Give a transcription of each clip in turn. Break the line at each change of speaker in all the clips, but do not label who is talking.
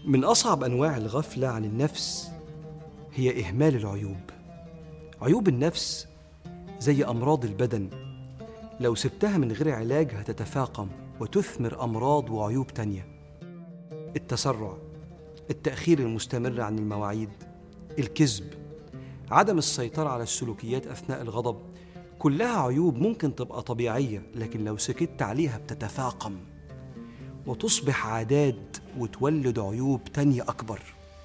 من أصعب أنواع الغفلة عن النفس هي إهمال العيوب. عيوب النفس زي أمراض البدن، لو سبتها من غير علاج هتتفاقم وتثمر أمراض وعيوب تانية. التسرع، التأخير المستمر عن المواعيد، الكذب، عدم السيطرة على السلوكيات أثناء الغضب، كلها عيوب ممكن تبقى طبيعية، لكن لو سكت عليها بتتفاقم وتصبح عادات وتولد عيوب تانية أكبر.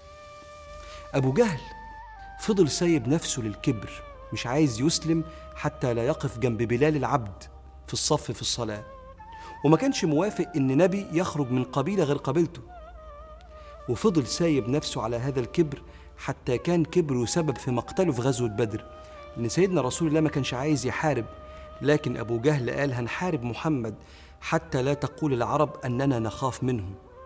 أبو جهل فضل سايب نفسه للكبر، مش عايز يسلم حتى لا يقف جنب بلال العبد في الصف في الصلاة، وما كانش موافق إن نبي يخرج من قبيلة غير قبيلته، وفضل سايب نفسه على هذا الكبر حتى كان كبره سبب في مقتله في غزوة بدر، لأن سيدنا رسول الله ما كانش عايز يحارب، لكن أبو جهل قال هنحارب محمد حتى لا تقول العرب أننا نخاف منه.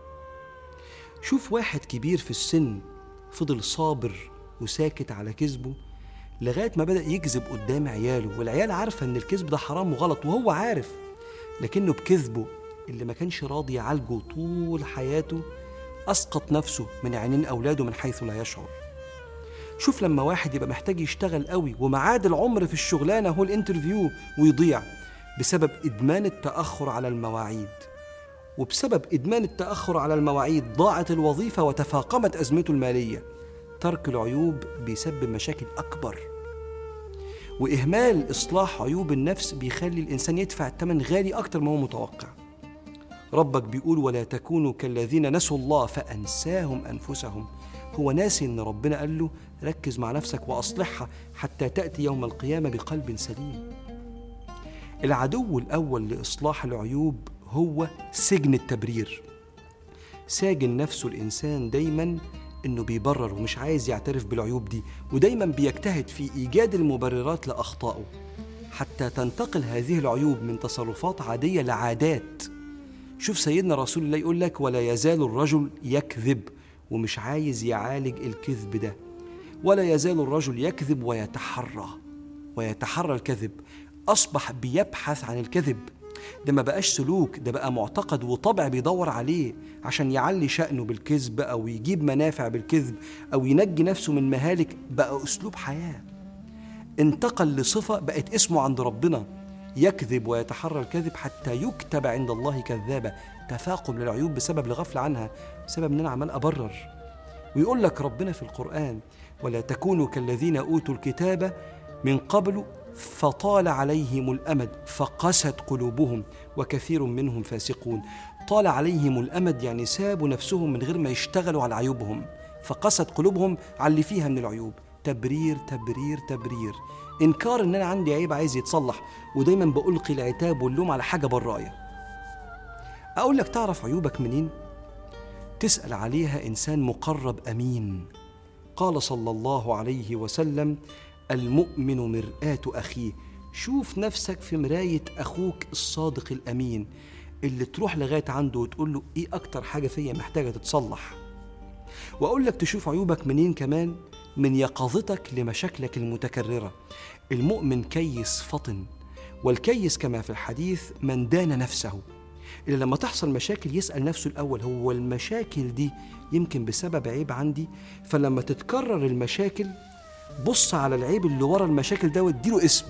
شوف واحد كبير في السن فضل صابر وساكت على كذبه لغاية ما بدأ يكذب قدام عياله، والعيال عارفة أن الكذب ده حرام وغلط وهو عارف، لكنه بكذبه اللي ما كانش راضي يعالجه طول حياته أسقط نفسه من عينين أولاده من حيث لا يشعر. شوف لما واحد يبقى محتاج يشتغل قوي ومعاد العمر في الشغلانة هو الانترفيو ويضيع بسبب إدمان التأخر على المواعيد، وبسبب إدمان التأخر على المواعيد ضاعت الوظيفة وتفاقمت أزمته المالية. ترك العيوب بيسبب مشاكل أكبر، وإهمال إصلاح عيوب النفس بيخلي الإنسان يدفع الثمن غالي أكتر ما هو متوقع. ربك بيقول ولا تكونوا كالذين نسوا الله فأنساهم أنفسهم. هو ناسي إن ربنا قال له ركز مع نفسك وأصلحها حتى تأتي يوم القيامة بقلب سليم. العدو الأول لإصلاح العيوب هو سجن التبرير. ساجن نفسه الإنسان دايماً إنه بيبرر ومش عايز يعترف بالعيوب دي، ودايماً بيجتهد في إيجاد المبررات لأخطائه حتى تنتقل هذه العيوب من تصرفات عادية لعادات. شوف سيدنا رسول الله يقول لك ولا يزال الرجل يكذب، ومش عايز يعالج الكذب ده. ولا يزال الرجل يكذب ويتحرى الكذب، أصبح بيبحث عن الكذب. ده ما بقاش سلوك، ده بقى معتقد وطبع بيدور عليه عشان يعلي شأنه بالكذب أو يجيب منافع بالكذب أو ينجي نفسه من مهالك. بقى أسلوب حياة، انتقل لصفة بقت اسمه عند ربنا، يكذب ويتحرى الكذب حتى يكتب عند الله كذابة. تفاقم للعيوب بسبب الغفلة عنها، بسبب أن أنا عمال أبرر. ويقول لك ربنا في القرآن ولا تكونوا كالذين أوتوا الكتاب من قبل فطال عليهم الأمد فقست قلوبهم وكثير منهم فاسقون. طال عليهم الأمد يعني سابوا نفسهم من غير ما يشتغلوا على عيوبهم، فقست قلوبهم على اللي فيها من العيوب. تبرير تبرير تبرير، إنكار إن أنا عندي عيب عايز يتصلح، ودايما بألقي العتاب واللوم على حاجة برايا. أقول لك تعرف عيوبك منين؟ تسأل عليها إنسان مقرب أمين. قال صلى الله عليه وسلم المؤمن مرآة أخيه. شوف نفسك في مراية أخوك الصادق الأمين اللي تروح لغاية عنده وتقول له إيه أكتر حاجة فيا محتاجة تتصلح. وأقول لك تشوف عيوبك منين كمان؟ من يقظتك لمشاكلك المتكررة. المؤمن كيس فطن، والكيس كما في الحديث من دان نفسه. إلا لما تحصل مشاكل يسأل نفسه الأول هو المشاكل دي يمكن بسبب عيب عندي؟ فلما تتكرر المشاكل بص على العيب اللي ورا المشاكل ده واديله اسم،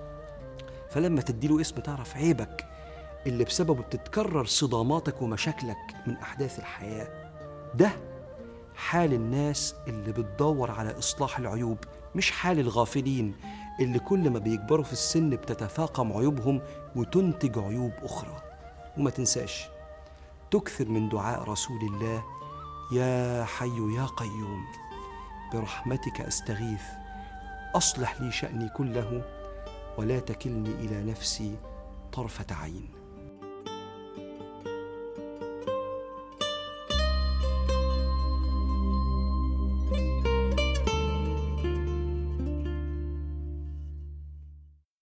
فلما تديله اسم تعرف عيبك اللي بسببه بتتكرر صداماتك ومشاكلك من أحداث الحياة. ده حال الناس اللي بتدور على إصلاح العيوب، مش حال الغافلين اللي كل ما بيكبروا في السن بتتفاقم عيوبهم وتنتج عيوب أخرى. وما تنساش تكثر من دعاء رسول الله يا حي يا قيوم برحمتك أستغيث أصلح لي شأني كله ولا تكلني إلى نفسي طرفة عين.